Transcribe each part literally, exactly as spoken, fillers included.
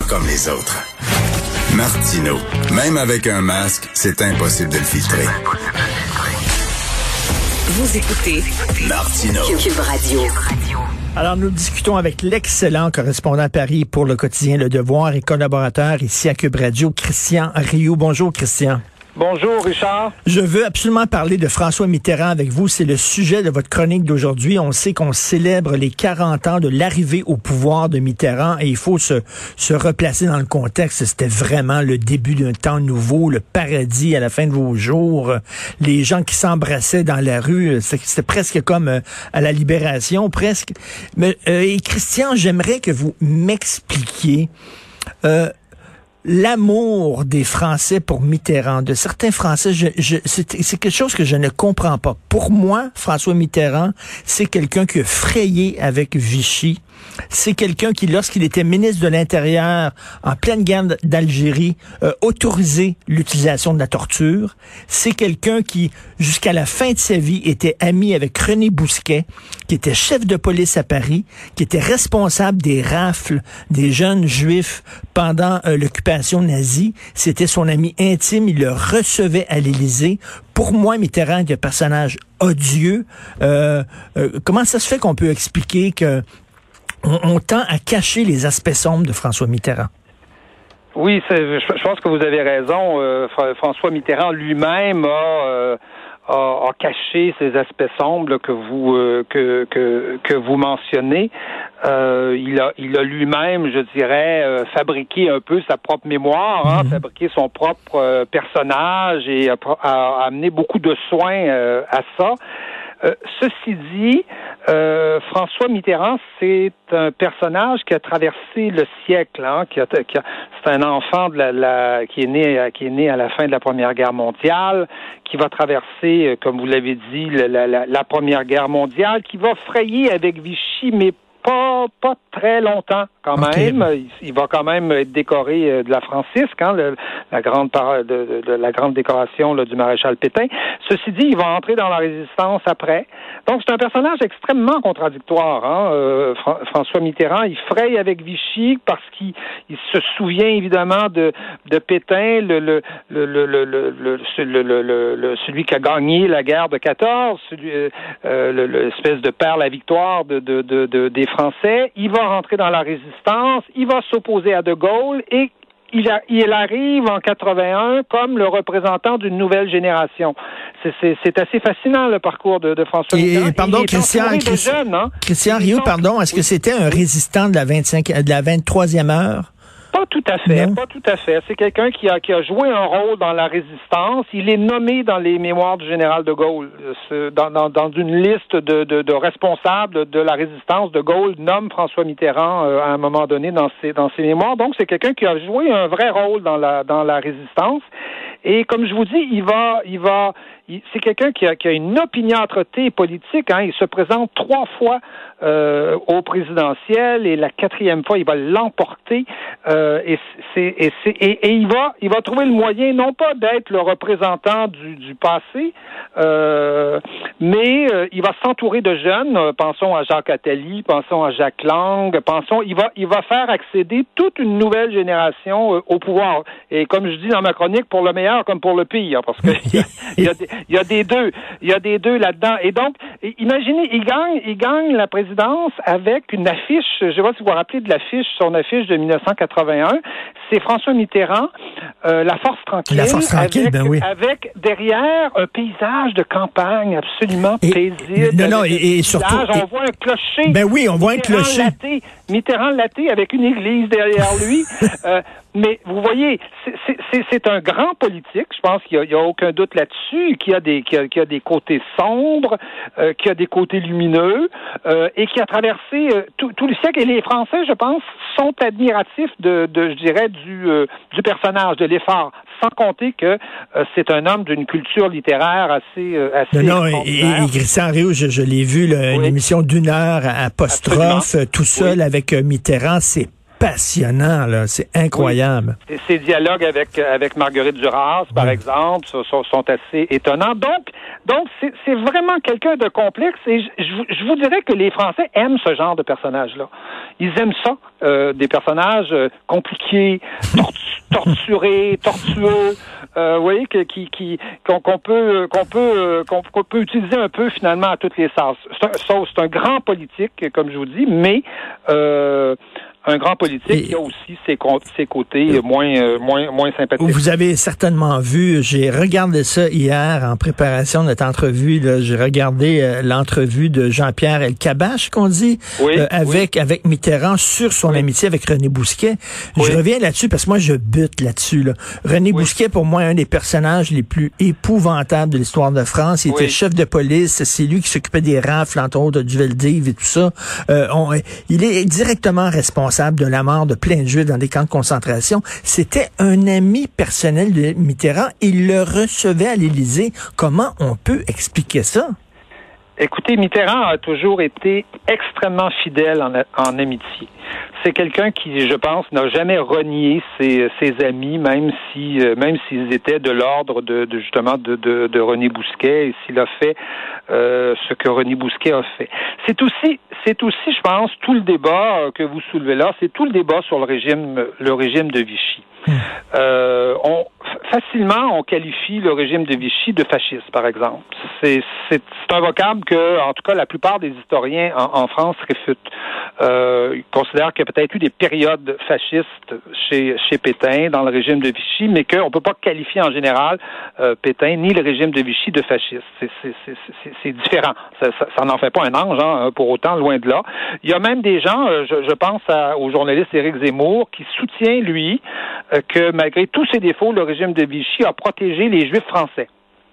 comme les autres. Martineau, même avec un masque, c'est impossible de le filtrer. Vous écoutez Martineau. Cube Radio. Alors, nous discutons avec l'excellent correspondant à Paris pour le quotidien Le Devoir et collaborateur ici à Cube Radio, Christian Rioux. Bonjour, Christian. Bonjour, Richard. Je veux absolument parler de François Mitterrand avec vous. C'est le sujet de votre chronique d'aujourd'hui. On sait qu'on célèbre les quarante ans de l'arrivée au pouvoir de Mitterrand et il faut se, se replacer dans le contexte. C'était vraiment le début d'un temps nouveau, le paradis à la fin de vos jours. Les gens qui s'embrassaient dans la rue, c'était presque comme euh, à la Libération, presque. Mais, euh, et Christian, j'aimerais que vous m'expliquiez... Euh, l'amour des Français pour Mitterrand, de certains Français, je, je, c'est, c'est quelque chose que je ne comprends pas. Pour moi, François Mitterrand, c'est quelqu'un qui a frayé avec Vichy. C'est quelqu'un qui, lorsqu'il était ministre de l'Intérieur, en pleine guerre d'Algérie, a autorisé l'utilisation de la torture. C'est quelqu'un qui, jusqu'à la fin de sa vie, était ami avec René Bousquet, qui était chef de police à Paris, qui était responsable des rafles des jeunes juifs pendant euh, l'occupation nazie. C'était son ami intime, il le recevait à l'Élysée. Pour moi, Mitterrand est un personnage odieux. Euh, euh, comment ça se fait qu'on peut expliquer que On, on tend à cacher les aspects sombres de François Mitterrand? Oui, c'est, je, je pense que vous avez raison. Euh, François Mitterrand lui-même a, euh, a, a caché ces aspects sombres là, que vous euh, que, que que vous mentionnez. Euh, il a il a lui-même, je dirais, euh, fabriqué un peu sa propre mémoire, hein, mm-hmm. fabriqué son propre euh, personnage et a, a amené beaucoup de soins euh, à ça. Euh, ceci dit, euh, François Mitterrand, c'est un personnage qui a traversé le siècle, hein, qui a, qui a, c'est un enfant de la, la, qui est né, qui est né à la fin de la Première Guerre mondiale, qui va traverser, comme vous l'avez dit, la, la, la Première Guerre mondiale, qui va frayer avec Vichy, mais pas pas très longtemps quand même. Okay. Il, il va quand même être décoré de la Francisque, hein, le, la grande par, de, de, de la grande décoration là, du maréchal Pétain. Ceci dit, il va entrer dans la résistance après. Donc c'est un personnage extrêmement contradictoire. Hein. Euh, Fra- François Mitterrand, il fraye avec Vichy parce qu'il il se souvient évidemment de de Pétain, le le le le le, le, le, le, le, le celui qui a gagné la guerre de quatorze, celui euh, le, l'espèce de père la victoire de de de, de des Français. Il va rentrer dans la résistance, il va s'opposer à De Gaulle et il, a, il arrive en quatre-vingt-un comme le représentant d'une nouvelle génération. C'est, c'est, c'est assez fascinant le parcours de, de François Mitterrand. Et pardon, Christian, Christian, jeunes, hein? Christian Rioux, pardon, est-ce que c'était un résistant de la vingt-cinq, de la vingt-troisième heure? Pas tout à fait, non. pas tout à fait. C'est quelqu'un qui a qui a joué un rôle dans la résistance. Il est nommé dans les mémoires du général de Gaulle, dans dans, dans une liste de, de de responsables de la résistance. De Gaulle nomme François Mitterrand euh, à un moment donné dans ses dans ses mémoires. Donc c'est quelqu'un qui a joué un vrai rôle dans la dans la résistance. Et comme je vous dis, il va il va il, c'est quelqu'un qui a qui a une opiniâtreté politique. Hein. Il se présente trois fois euh, au présidentiel et la quatrième fois il va l'emporter. Euh, et c'est et c'est et, et il va il va trouver le moyen non pas d'être le représentant du du passé, euh, mais euh, il va s'entourer de jeunes. Euh, pensons à Jacques Attali, pensons à Jacques Lang, pensons il va il va faire accéder toute une nouvelle génération euh, au pouvoir. Et comme je dis dans ma chronique, pour le meilleur comme pour le pire, parce que il y a, il y a, des, il y a des deux, il y a des deux là-dedans. Et donc, imaginez, il gagne il gagne la présidence avec une affiche. Je ne sais pas si vous vous rappelez de l'affiche, son affiche de dix-neuf cent quatre-vingt-un. C'est François Mitterrand, euh, La Force tranquille, La Force tranquille, avec, ben oui. avec derrière un paysage de campagne absolument et, paisible. Non, non, et, et surtout... On voit un clocher. Ben oui, on voit Mitterrand un clocher. Laté, Mitterrand laté avec une église derrière lui. euh, mais vous voyez, c'est, c'est, c'est, c'est un grand politique, je pense qu'il n'y a, a aucun doute là-dessus, qui a des, qui a, qui a des côtés sombres, euh, qui a des côtés lumineux, euh, et qui a traversé euh, tout, tout le siècle. Et les Français, je pense, sont admiratifs de, de je dirais, du, euh, du personnage, de l'effort. Sans compter que euh, c'est un homme d'une culture littéraire assez, euh, assez non, non, et, et Christian Rioux, je, je l'ai vu, là, oui. Une émission d'une heure à Apostrophe, Absolument. Tout seul oui. avec euh, Mitterrand, c'est passionnant, là. C'est incroyable. Oui. Ces dialogues avec avec Marguerite Duras, par oui. exemple, sont, sont assez étonnants. Donc, donc c'est, c'est vraiment quelqu'un de complexe. Et je, je, je vous dirais que les Français aiment ce genre de personnages-là. Ils aiment ça, euh, des personnages compliqués, tortu- torturés, tortueux. Euh, vous voyez que, qui, qui, qu'on, qu'on peut, qu'on peut, qu'on, qu'on peut utiliser un peu finalement à toutes les sauces. C'est un, c'est un grand politique, comme je vous dis, mais euh, un grand politique et, qui a aussi ses, ses côtés moins, euh, moins, moins sympathiques. Vous avez certainement vu, j'ai regardé ça hier en préparation de notre entrevue. Là, j'ai regardé euh, l'entrevue de Jean-Pierre Elkabbach, qu'on dit, oui, euh, avec oui. avec Mitterrand sur son oui. amitié avec René Bousquet. Oui. Je reviens là-dessus parce que moi, je bute là-dessus. Là. René oui. Bousquet, pour moi, est un des personnages les plus épouvantables de l'histoire de France. Il oui. était chef de police. C'est lui qui s'occupait des rafles, entre autres, du Veldiv et tout ça. Euh, on, il est directement responsable de la mort de plein de Juifs dans des camps de concentration. C'était un ami personnel de Mitterrand. Il le recevait à l'Élysée. Comment on peut expliquer ça? Écoutez, Mitterrand a toujours été extrêmement fidèle en, en amitié. C'est quelqu'un qui, je pense, n'a jamais renié ses, ses amis, même si, même s'ils étaient de l'ordre de, de justement de, de, de René Bousquet, et s'il a fait euh, ce que René Bousquet a fait. C'est aussi, c'est aussi, je pense, tout le débat que vous soulevez là, c'est tout le débat sur le régime, le régime de Vichy. Mmh. Euh, on, facilement, on qualifie le régime de Vichy de fasciste, par exemple. C'est, c'est, c'est un vocable que, en tout cas, la plupart des historiens en, en France réfutent. Euh, ils considèrent qu'il y a peut-être eu des périodes fascistes chez, chez Pétain dans le régime de Vichy, mais qu'on ne peut pas qualifier en général euh, Pétain ni le régime de Vichy de fasciste. C'est, c'est, c'est, c'est, c'est différent. Ça, ça, ça n'en fait pas un ange, hein, pour autant, loin de là. Il y a même des gens, euh, je, je pense à, au journaliste Éric Zemmour, qui soutient, lui, euh, que malgré tous ses défauts, le régime de Vichy a protégé les Juifs français,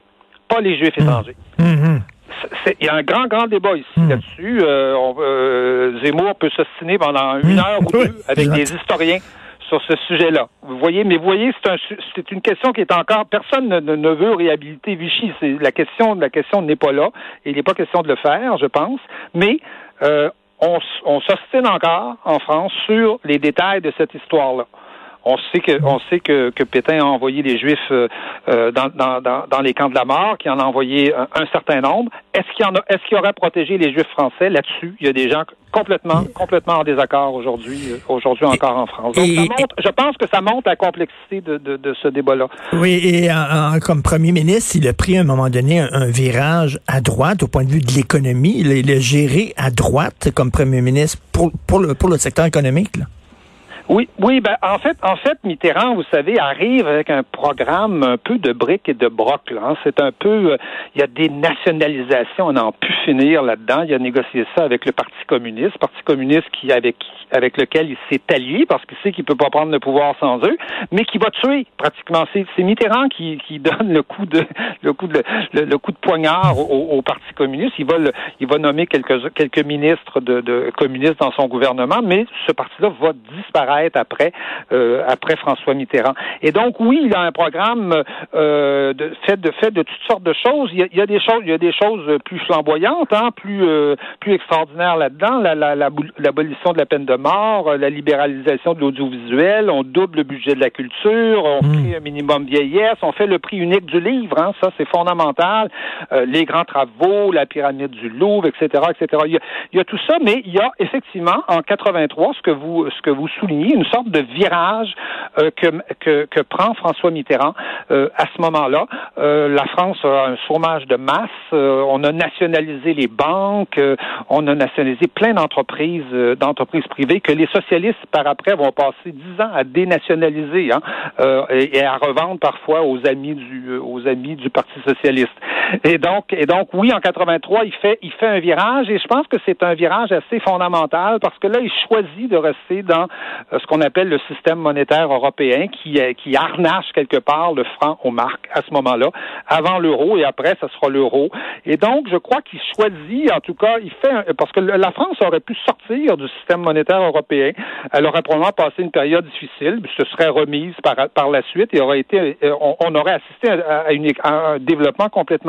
pas les Juifs étrangers. Mmh. Il y a un grand, grand débat ici mmh. là-dessus. Euh, on, euh, Zemmour peut s'ostiner pendant une heure ou deux avec des historiens sur ce sujet-là. Vous voyez, mais vous voyez, c'est, un, c'est une question qui est encore... Personne ne, ne veut réhabiliter Vichy. C'est, la question, la question n'est pas là. Et il n'est pas question de le faire, je pense. Mais euh, on, on s'ostine encore en France sur les détails de cette histoire-là. On sait que on sait que, que Pétain a envoyé les Juifs euh, dans, dans, dans, dans les camps de la mort, qu'il en a envoyé un, un certain nombre. Est-ce qu'il y en a, est-ce qu'il aurait protégé les Juifs français là-dessus? Il y a des gens complètement complètement en désaccord aujourd'hui, aujourd'hui encore en France. Donc, ça montre, je pense que ça montre la complexité de, de, de ce débat-là. Oui, et en, en, comme premier ministre, il a pris à un moment donné un, un virage à droite au point de vue de l'économie. Il, il a géré à droite comme premier ministre pour, pour, le, pour le secteur économique, là. Oui, oui, ben en fait, en fait, Mitterrand, vous savez, arrive avec un programme un peu de briques et de broc. Là, hein. C'est un peu, euh, il y a des nationalisations, on n'en pu finir là-dedans. Il a négocié ça avec le Parti communiste, Parti communiste qui avec avec lequel il s'est allié parce qu'il sait qu'il peut pas prendre le pouvoir sans eux, mais qui va tuer pratiquement. C'est, c'est Mitterrand qui qui donne le coup de le coup de le, le coup de poignard au, au Parti communiste. Il va le, il va nommer quelques quelques ministres de, de communistes dans son gouvernement, mais ce parti-là va disparaître après euh, après François Mitterrand. Et donc oui, il a un programme euh, de, fait de fait de toutes sortes de choses. Il y a, il y a des choses, il y a des choses plus flamboyantes, hein, plus euh, plus extraordinaires là-dedans. La, la, la, l'abolition de la peine de mort, la libéralisation de l'audiovisuel, on double le budget de la culture, on mmh. crée un minimum vieillesse, on fait le prix unique du livre, hein, ça c'est fondamental. Euh, les grands travaux, la pyramide du Louvre, et cetera, et cetera. Il y a, il y a tout ça, mais il y a effectivement en quatre-vingt-trois ce que vous ce que vous soulignez, une sorte de virage euh, que, que que prend François Mitterrand euh, à ce moment-là. Euh, la France a un chômage de masse, euh, on a nationalisé les banques, euh, on a nationalisé plein d'entreprises euh, d'entreprises privées que les socialistes par après vont passer dix ans à dénationaliser, hein, euh, et, et à revendre parfois aux amis du euh, aux amis du Parti socialiste. Et donc et donc oui, en quatre-vingt-trois, il fait il fait un virage et je pense que c'est un virage assez fondamental parce que là il choisit de rester dans euh, ce qu'on appelle le système monétaire européen qui qui harnache quelque part le franc aux marques à ce moment-là, avant l'euro et après ça sera l'euro. Et donc je crois qu'il choisit, en tout cas, il fait un, parce que la France aurait pu sortir du système monétaire européen, elle aurait probablement passé une période difficile, se serait remise par par la suite et aurait été on, on aurait assisté à, à, une, à un développement complètement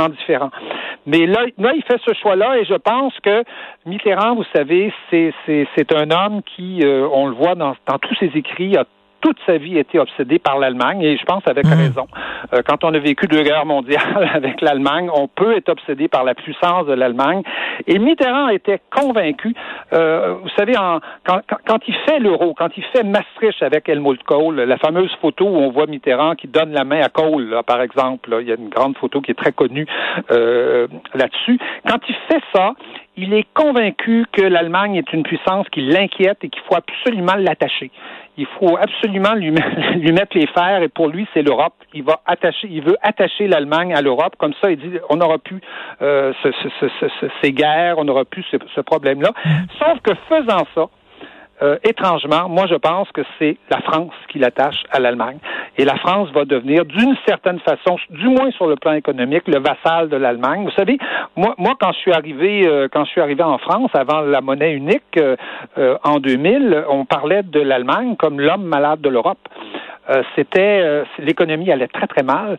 complètement différent. Mais là, là, il fait ce choix-là et je pense que Mitterrand, vous savez, c'est, c'est, c'est un homme qui, euh, on le voit dans, dans tous ses écrits, a toute sa vie été obsédé par l'Allemagne et je pense avec mmh. raison. Euh, quand on a vécu deux guerres mondiales avec l'Allemagne, on peut être obsédé par la puissance de l'Allemagne. Et Mitterrand était convaincu, euh, vous savez, en, quand, quand, quand il fait l'euro, quand il fait Maastricht avec Helmut Kohl, la fameuse photo où on voit Mitterrand qui donne la main à Kohl, là, par exemple, là, il y a une grande photo qui est très connue euh, là-dessus. Quand il fait ça, il est convaincu que l'Allemagne est une puissance qui l'inquiète et qu'il faut absolument l'attacher. Il faut absolument lui, lui mettre les fers et pour lui, c'est l'Europe. Il va attacher, il veut attacher l'Allemagne à l'Europe. Comme ça, il dit, on n'aura plus euh, ce, ce, ce, ce, ces guerres, on n'aura plus ce, ce problème-là. Sauf que faisant ça, Euh, étrangement, moi je pense que c'est la France qui l'attache à l'Allemagne. Et la France va devenir, d'une certaine façon, du moins sur le plan économique, le vassal de l'Allemagne. Vous savez, moi, moi quand je suis arrivé, euh, quand je suis arrivé en France, avant la monnaie unique, euh, euh, en deux mille, on parlait de l'Allemagne comme l'homme malade de l'Europe. Euh, c'était euh, l'économie allait très très mal.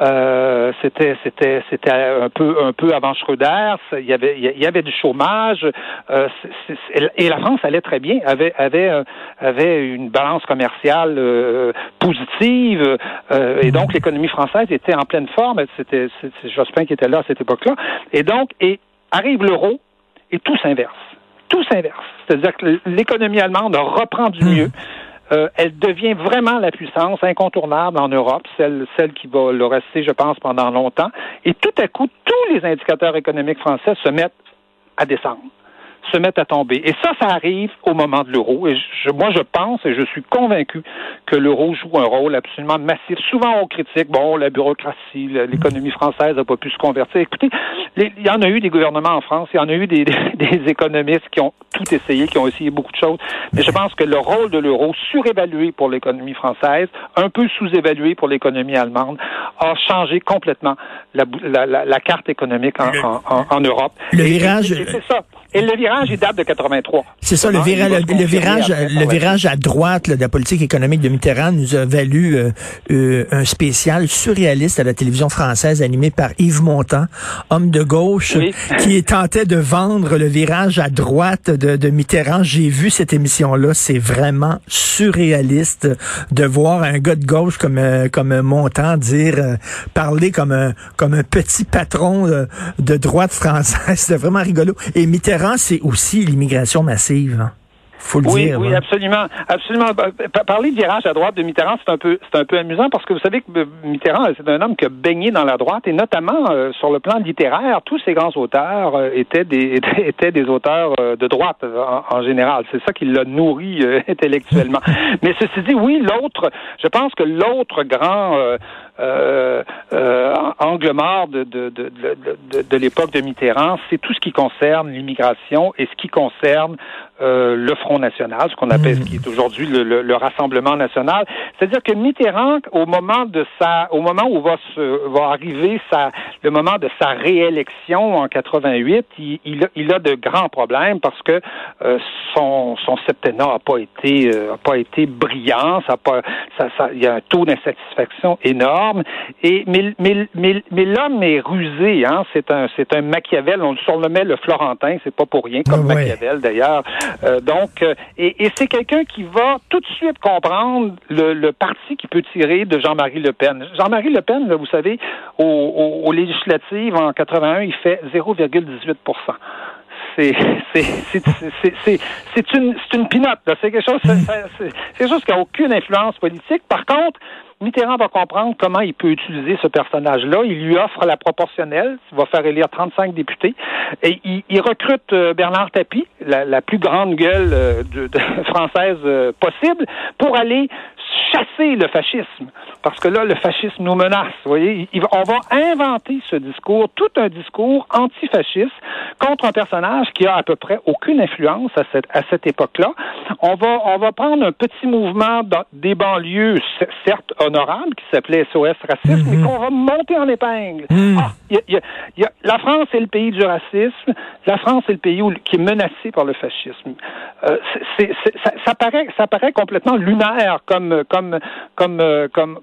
Euh, c'était c'était c'était un peu un peu avant Schröder. Il y avait il y avait du chômage euh, c'est, c'est, et la France allait très bien. avait avait euh, avait une balance commerciale euh, positive euh, et donc l'économie française était en pleine forme. C'était c'est Jospin qui était là à cette époque-là. Et donc et arrive l'euro et tout s'inverse. Tout s'inverse. C'est-à-dire que l'économie allemande reprend du mieux. Euh, elle devient vraiment la puissance incontournable en Europe, celle, celle qui va le rester, je pense, pendant longtemps. Et tout à coup, tous les indicateurs économiques français se mettent à descendre, se mettent à tomber. Et ça, ça arrive au moment de l'euro. Et je, moi, je pense et je suis convaincu que l'euro joue un rôle absolument massif. Souvent, on critique, bon, la bureaucratie, l'économie française n'a pas pu se convertir. Écoutez, les, il y en a eu des gouvernements en France, il y en a eu des, des, des économistes qui ont tout essayé, qui ont essayé beaucoup de choses. Mais je pense que le rôle de l'euro, surévalué pour l'économie française, un peu sous-évalué pour l'économie allemande, a changé complètement la, la, la, la carte économique en, le, en, en, en Europe. Le et, virage... Et, et c'est ça. Et le virage, il date de quatre-vingt-trois. C'est ça, le, vira, le, le virage, après, le virage à droite là, de la politique économique de Mitterrand nous a valu euh, euh, un spécial surréaliste à la télévision française animé par Yves Montand, homme de gauche, oui. qui tentait de vendre le virage à droite de, de Mitterrand. J'ai vu cette émission-là, c'est vraiment surréaliste de voir un gars de gauche comme euh, comme Montand dire euh, parler comme un comme un petit patron de, de droite française. C'était vraiment rigolo. Et Mitterrand, c'est aussi l'immigration massive. Hein. Faut le oui, dire. Oui, oui, absolument, absolument. Parler de virage à droite de Mitterrand, c'est un peu, c'est un peu amusant parce que vous savez que Mitterrand, c'est un homme qui a baigné dans la droite et notamment euh, sur le plan littéraire, tous ces grands auteurs euh, étaient des étaient, étaient des auteurs euh, de droite en, en général. C'est ça qui l'a nourri euh, intellectuellement. Mais ceci dit, oui, l'autre, je pense que l'autre grand euh, euh, euh, angle mort de de, de, de, de, de l'époque de Mitterrand, c'est tout ce qui concerne l'immigration et ce qui concerne euh, le Front national, ce qu'on appelle, mmh. ce qui est aujourd'hui le, le, le Rassemblement national. C'est-à-dire que Mitterrand, au moment de sa, au moment où va se, va arriver sa, le moment de sa réélection en quatre-vingt-huit, il, il, a, il a de grands problèmes parce que euh, son, son septennat a pas été, euh, a pas été brillant, ça a pas, ça, ça, il y a un taux d'insatisfaction énorme. Et mais, mais, mais, mais l'homme est rusé, hein. C'est un, c'est un Machiavel. On le surnommait le Florentin, c'est pas pour rien, comme oh, Machiavel ouais. d'ailleurs. Euh, donc Et, et c'est quelqu'un qui va tout de suite comprendre le, le parti qui peut tirer de Jean-Marie Le Pen. Jean-Marie Le Pen, là, vous savez, aux, aux, aux législatives en quatre-vingt-un, il fait zéro virgule dix-huit pour cent. C'est c'est c'est c'est c'est c'est une c'est une pinotte. Là. C'est quelque chose c'est, c'est quelque chose qui a aucune influence politique. Par contre, Mitterrand va comprendre comment il peut utiliser ce personnage-là. Il lui offre la proportionnelle. Il va faire élire trente-cinq députés. Et il, il recrute Bernard Tapie, la, la plus grande gueule de, de française possible, pour aller chasser le fascisme. Parce que là, le fascisme nous menace. Vous voyez, il, on va inventer ce discours, tout un discours antifasciste contre un personnage qui a à peu près aucune influence à cette, à cette époque-là. On va, on va prendre un petit mouvement dans, des banlieues, certes honorable, qui s'appelait S O S Racisme, mm-hmm. mais qu'on va monter en épingle. Mm. Ah, y a, y a, y a, la France est le pays du racisme. La France est le pays où, qui est menacé par le fascisme. Euh, c'est, c'est, ça, ça paraît, ça paraît complètement lunaire comme, comme, comme, comme, comme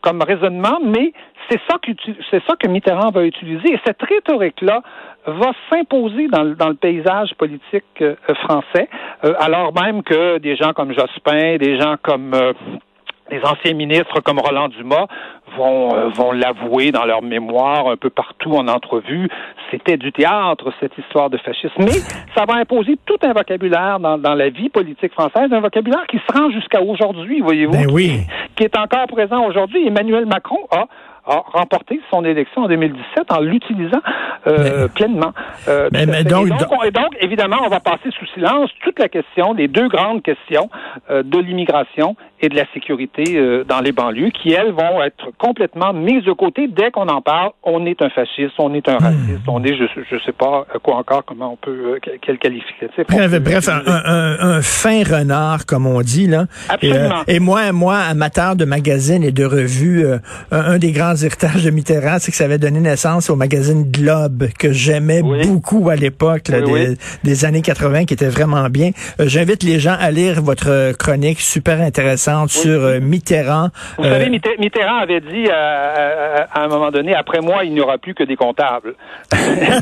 comme raisonnement, mais c'est ça que c'est ça que Mitterrand va utiliser. Et cette rhétorique-là va s'imposer dans, dans le paysage politique euh, français, euh, alors même que des gens comme Jospin, des gens comme euh, les anciens ministres comme Roland Dumas vont euh, vont l'avouer dans leurs mémoires un peu partout en entrevue. C'était du théâtre, cette histoire de fascisme. Mais ça va imposer tout un vocabulaire dans, dans la vie politique française, un vocabulaire qui se rend jusqu'à aujourd'hui, voyez-vous, ben oui. qui, qui est encore présent aujourd'hui. Emmanuel Macron a a remporté son élection en deux mille dix-sept en l'utilisant euh, mais, pleinement. Euh, mais, mais donc, et, donc, on, et donc, évidemment, on va passer sous silence toute la question, les deux grandes questions euh, de l'immigration et de la sécurité euh, dans les banlieues, qui, elles, vont être complètement mises de côté. Dès qu'on en parle, on est un fasciste, on est un raciste, mmh. on est, je je sais pas quoi encore, comment on peut, euh, quel qualificatif. Bref, peut, bref un, un, un fin renard, comme on dit, là. Absolument. Et, euh, et moi, moi, amateur de magazines et de revues, euh, un, un des grands héritages de Mitterrand, c'est que ça avait donné naissance au magazine Globe, que j'aimais oui. beaucoup à l'époque, là, oui, des, oui. des années quatre-vingt, qui était vraiment bien. Euh, j'invite les gens à lire votre chronique super intéressante oui. sur euh, Mitterrand. Vous euh, savez, Mitterrand avait dit euh, à un moment donné, après moi, il n'y aura plus que des comptables. il,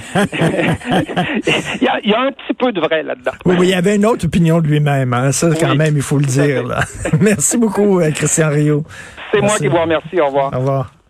y a, il y a un petit peu de vrai là-dedans. Oui, oui, il y avait une autre opinion de lui-même. Hein. Ça, quand oui. même, il faut le dire. Là. Merci beaucoup, Christian Rioux. C'est moi qui vous remercie. Au revoir. Au revoir.